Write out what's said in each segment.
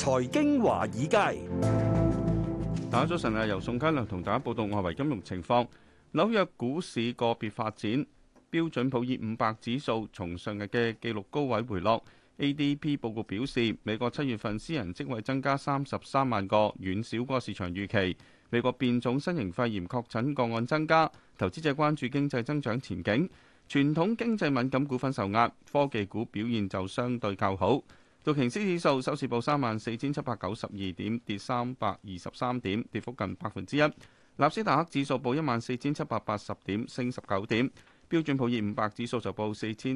財經華爾街， 大家早晨啊！由宋嘉良同大家報道外圍金融情況。紐約股市個別發展，標準普爾500指數從上日嘅紀錄高位回落。ADP 報告表示，美國7月份私人職位增加33萬個，遠少過市場預期。美國變種新型肺炎確診個案增加，投資者關注經濟增長前景。傳統經濟敏感股份受壓，科技股表現就相對較好。道瓊斯指數收市報34,792點，跌323點，跌幅近1%。納斯達克指數報14,780點，升19點。標準普爾500指數就報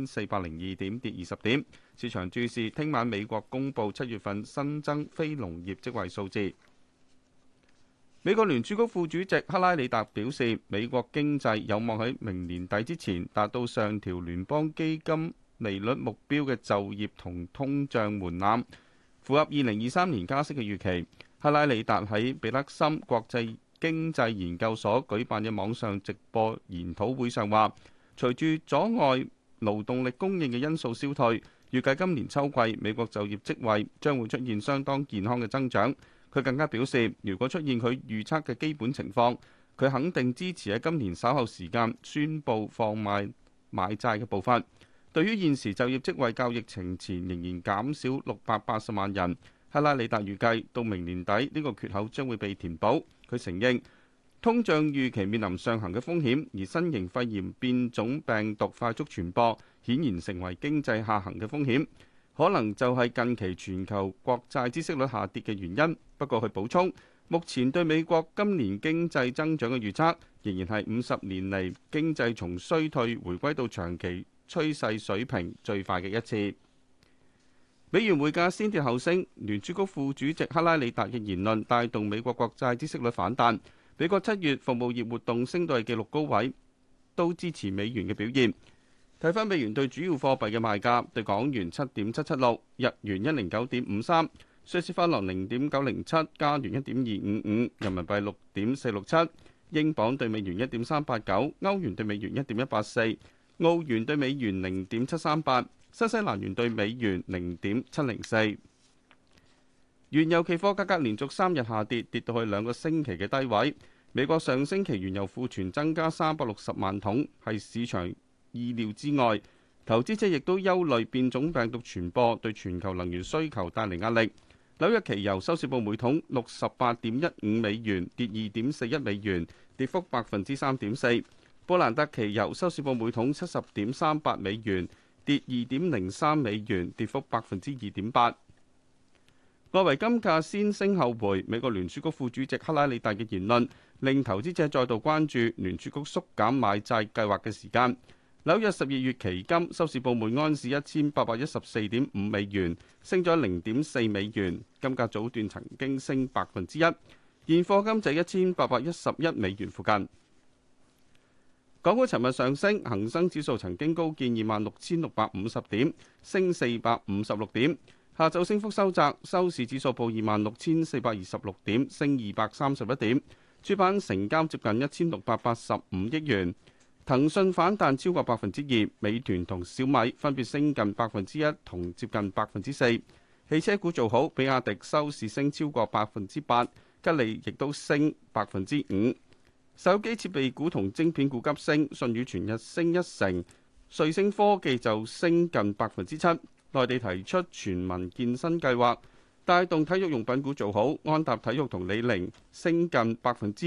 4,402點，跌20點。市場注視聽晚美國公佈7月份新增非農業職位數字。美國聯儲局副主席克拉里達表示，美國經濟有望喺明年底之前達到上調聯邦基金利率目標嘅就業同通脹門檻，符合2023年加息嘅預期。克拉里達喺彼得森國際經濟研究所舉辦嘅網上直播研討會上話，隨住阻礙勞動力供應嘅因素消退，預計今年秋季美國就業職位將會出現相當健康嘅增長。佢更加表示，如果出現佢預測嘅基本情況，佢肯定支持喺今年稍後時間宣布放慢買債嘅步伐。對於現時就業職位較疫情前仍然減少680萬人，克拉里達預計到明年底呢個缺口將會被填補。佢承認通脹預期面臨上行嘅風險，而新型肺炎變種病毒快速傳播顯然成為經濟下行嘅風險，可能就係近期全球國債孳息率下跌嘅原因。不過佢補充，目前對美國今年經濟增長嘅預測仍然係50年嚟經濟從衰退回歸到長期趨勢水平最快嘅一次。美元匯價先跌後升，聯儲局副主席克拉里達嘅言論帶動美國國債孳息率反彈。美國7月服務業活動升到係紀錄高位，都支持美元嘅表現。睇返美元對主要貨幣嘅賣價，對港元7.776，日元109.53，瑞士法郎0.907，加元1.255，人民幣6.467，英鎊對美元1.389，歐元對美元1.184，澳元對美元0.738，新西蘭元對美元0.704。原油期貨價格連續3日下跌，跌到去2個星期嘅低位。美國上星期原油庫存增加360萬桶，係市場意料之外。投資者亦都憂慮變種病毒傳播對全球能源需求帶嚟壓力。紐約期油收市報每桶68.15美元，跌2.41美元，跌幅3.4%。布蘭特期油收市報每桶70.38美元，跌2.03美元，跌幅2.8%。外圍金價先升後回，美國聯儲局副主席克拉里達嘅言論令投資者再度關注聯儲局縮減買債計劃嘅時間。紐約12月期金收市報每安士1814.5美元，升咗0.4美元。金價早段曾經升1%，現貨金就1811美元附近。港股尋日上升，恒生指數曾經高見26,650點，升456點。下晝升幅收窄，收市指數報26,426點，升231點。主板成交接近1,685億元。騰訊反彈超過2%，美團同小米分別升近1%同接近4%。汽車股做好，比亞迪收市升超過8%，吉利亦都升5%。手機設備股同晶片股急升，舜宇全日升1成，瑞聲科技就升近7%。內地提出全民健身計劃，帶動體育用品股做好，安踏體育同李寧升近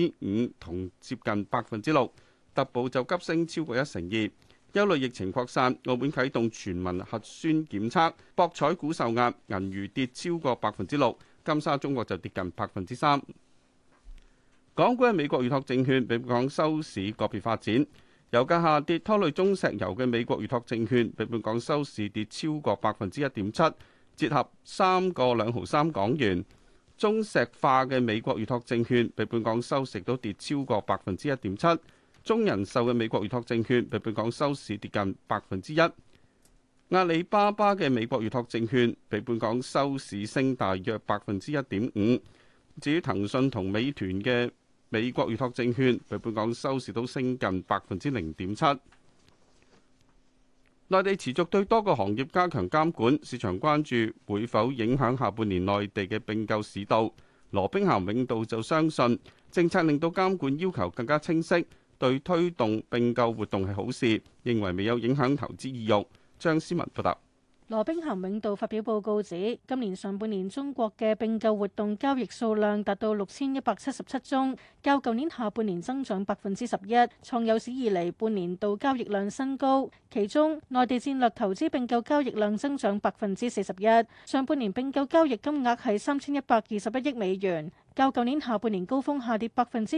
5%同接近6%，特步就急升超過1成2。憂慮疫情擴散，澳門啟動全民核酸檢測，博彩股受壓，銀娛跌超過6%，金沙中國就跌近3%。港股嘅美國預託證券比本港收市個別發展。油價下跌拖累中石油嘅美國預託證券，比本港收市跌超過1.7%，折合3個2毫3港元。中石化嘅美國預託證券比本港收市都跌超過1.7%。中人壽嘅美國預託證券比本港收市跌近1%。阿里巴巴嘅美國預託證券比本港收市升大約1.5%。至於騰訊同美團嘅美國預託證券比本港收市都升近0.7%。 內地持續對多個行業加強監管，市場關注會否影響下半年內地嘅併購市道。羅兵咸永道就相信，政策令到監管要求更加清晰，對推動併購活動係好事，認為未有影響投資意欲。張思文報道。 羅兵咸永道發表報告指，今年上半年中國嘅併購活動交易數量達到6177宗，較舊年下半年增長11%，創有史以嚟半年度交易量新高。其中，內地戰略投資併購交易量增長41%，上半年併購交易金額係3121億美元，較舊年下半年高峰下跌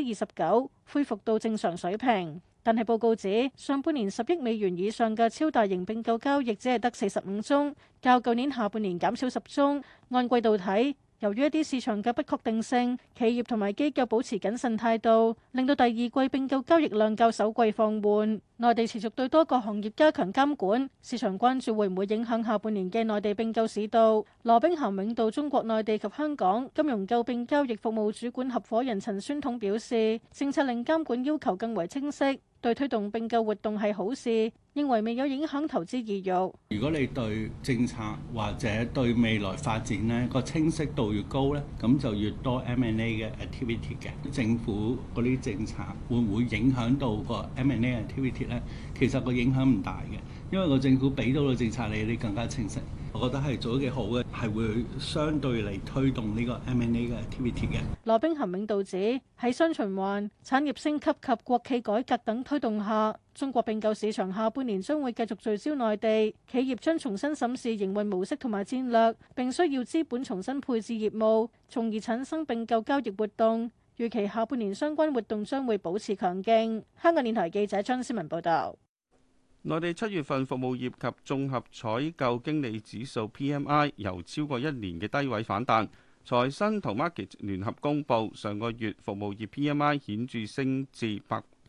29%，恢復到正常水平。但係報告指，上半年10億美元以上嘅超大型併購交易只係得45宗，較舊年下半年減少10宗。按季度睇，由於一啲市場嘅不確定性，企業同埋機構保持謹慎態度，令到第二季併購交易量較首季放緩。內地持續對多個行業加強監管，市場關注會唔會影響下半年嘅內地併購市道。羅兵咸永道中國內地及香港金融購併交易服務主管合夥人陳宣統表示，政策令監管要求更為清晰，對推動併購活動係好事，認為未有影響投資意欲。 如果你對政策或者對未來發展呢個清晰度越高呢，咁就越多 M&A 嘅 activity 嘅。政府嗰啲政策會唔會影響到個 M&A activity 呢？其實個影響唔大嘅，因為個政府俾到個政策你更加清晰。我覺得係做得幾好嘅，係會相對嚟推動呢個 M&A 嘅 activity 嘅。 羅兵咸永道指喺雙循環、產業升級及國企改革等推動下，中國併購市場下半年將會繼續聚焦內地企業，將重新審視營運模式同埋戰略，並需要資本重新配置業務，從而產生併購交易活動。預期下半年相關活動將會保持強勁。香港電台記者張思文報道。 內地7月份服務業及綜合採購經理指數 PMI 由超過1年嘅低位反彈。財新同 Markit 聯合公佈，上個月服務業 PMI 顯著升至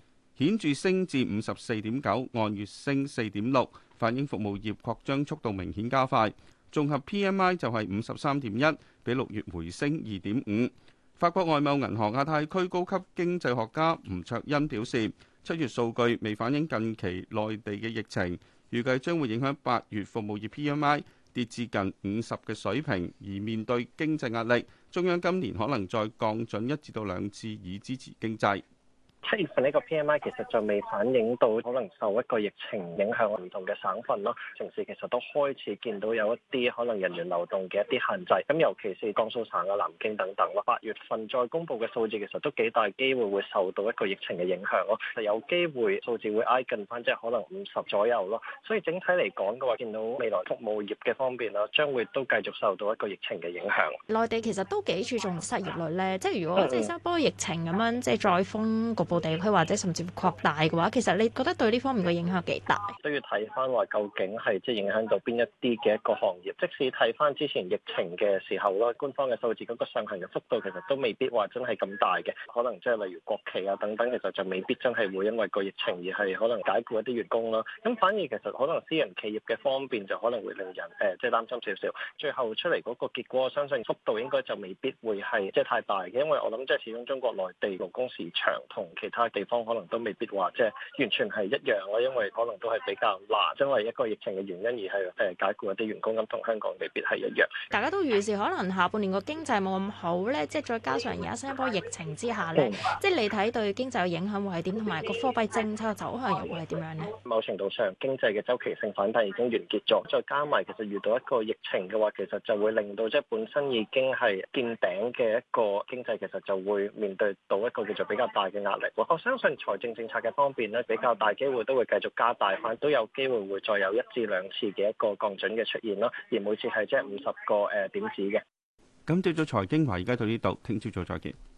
54.9，按月升4.6，反映服務業擴張速度明顯加快。綜合 PMI 就係53.1，比6月回升2.5。法國外貿銀行亞太區高級經濟學家吳卓恩表示，7月數據未反映近期內地嘅疫情，預計將會影響8月服務業 PMI 跌至近50嘅水平。而面對經濟壓力，中央今年可能再降準1至2次以支持經濟。 7月份呢個 PMI 其實就未反映到可能受一個疫情影響唔同嘅省份咯，城市其實都開始見到有一啲可能人員流動嘅一啲限制，咁尤其是江蘇省啊、南京等等咯。8月份再公布嘅數字其實都幾大機會會受到一個疫情嘅影響咯，有機會數字會挨近翻即係可能50左右咯。所以整體嚟講嘅話，見到未來服務業嘅方面啦，將會都繼續受到一個疫情嘅影響。 內地其實都幾注重失業率咧，即係如果即係新一波疫情咁樣，即係再封局部地區或者甚至擴大嘅話，其實你覺得對呢方面嘅影響幾大？ 都要睇翻話究竟係即係影響到邊一啲嘅一個行業。即使睇翻之前疫情嘅時候咯，官方嘅數字嗰個上行嘅幅度其實都未必話真係咁大嘅。可能即係例如國企啊等等，其實就未必真係會因為個疫情而係可能解雇一啲員工咯。咁反而其實可能私人企業嘅方面就可能會令人即係擔心少少。最後出嚟嗰個結果，我相信幅度應該就未必會係即係太大嘅，因為我諗即係始終中國內地勞工市場同其他地方可能都未必話即係完全係一樣咯，因為可能都係比較難，因為一個疫情嘅原因而係解雇一啲員工，咁同香港未必係一樣。 大家都預示可能下半年個經濟冇咁好咧，即係再加上而家新一波疫情之下咧，即係你睇對經濟嘅影響會係點，同埋個貨幣政策嘅走向又會係點樣呢？ 某程度上經濟嘅周期性反彈已經完結咗，再加埋其實遇到一個疫情嘅話，其實就會令到即係本身已經係見頂嘅一個經濟，其實就會面對到一個叫做比較大嘅壓力。我相信財政政策嘅方面咧，比較大機會都會繼續加大翻，都有機會會再有1至2次嘅一個降準嘅出現咯，而每次係即係50個點子嘅。 咁朝早財經華，而家到呢度，聽朝早再見。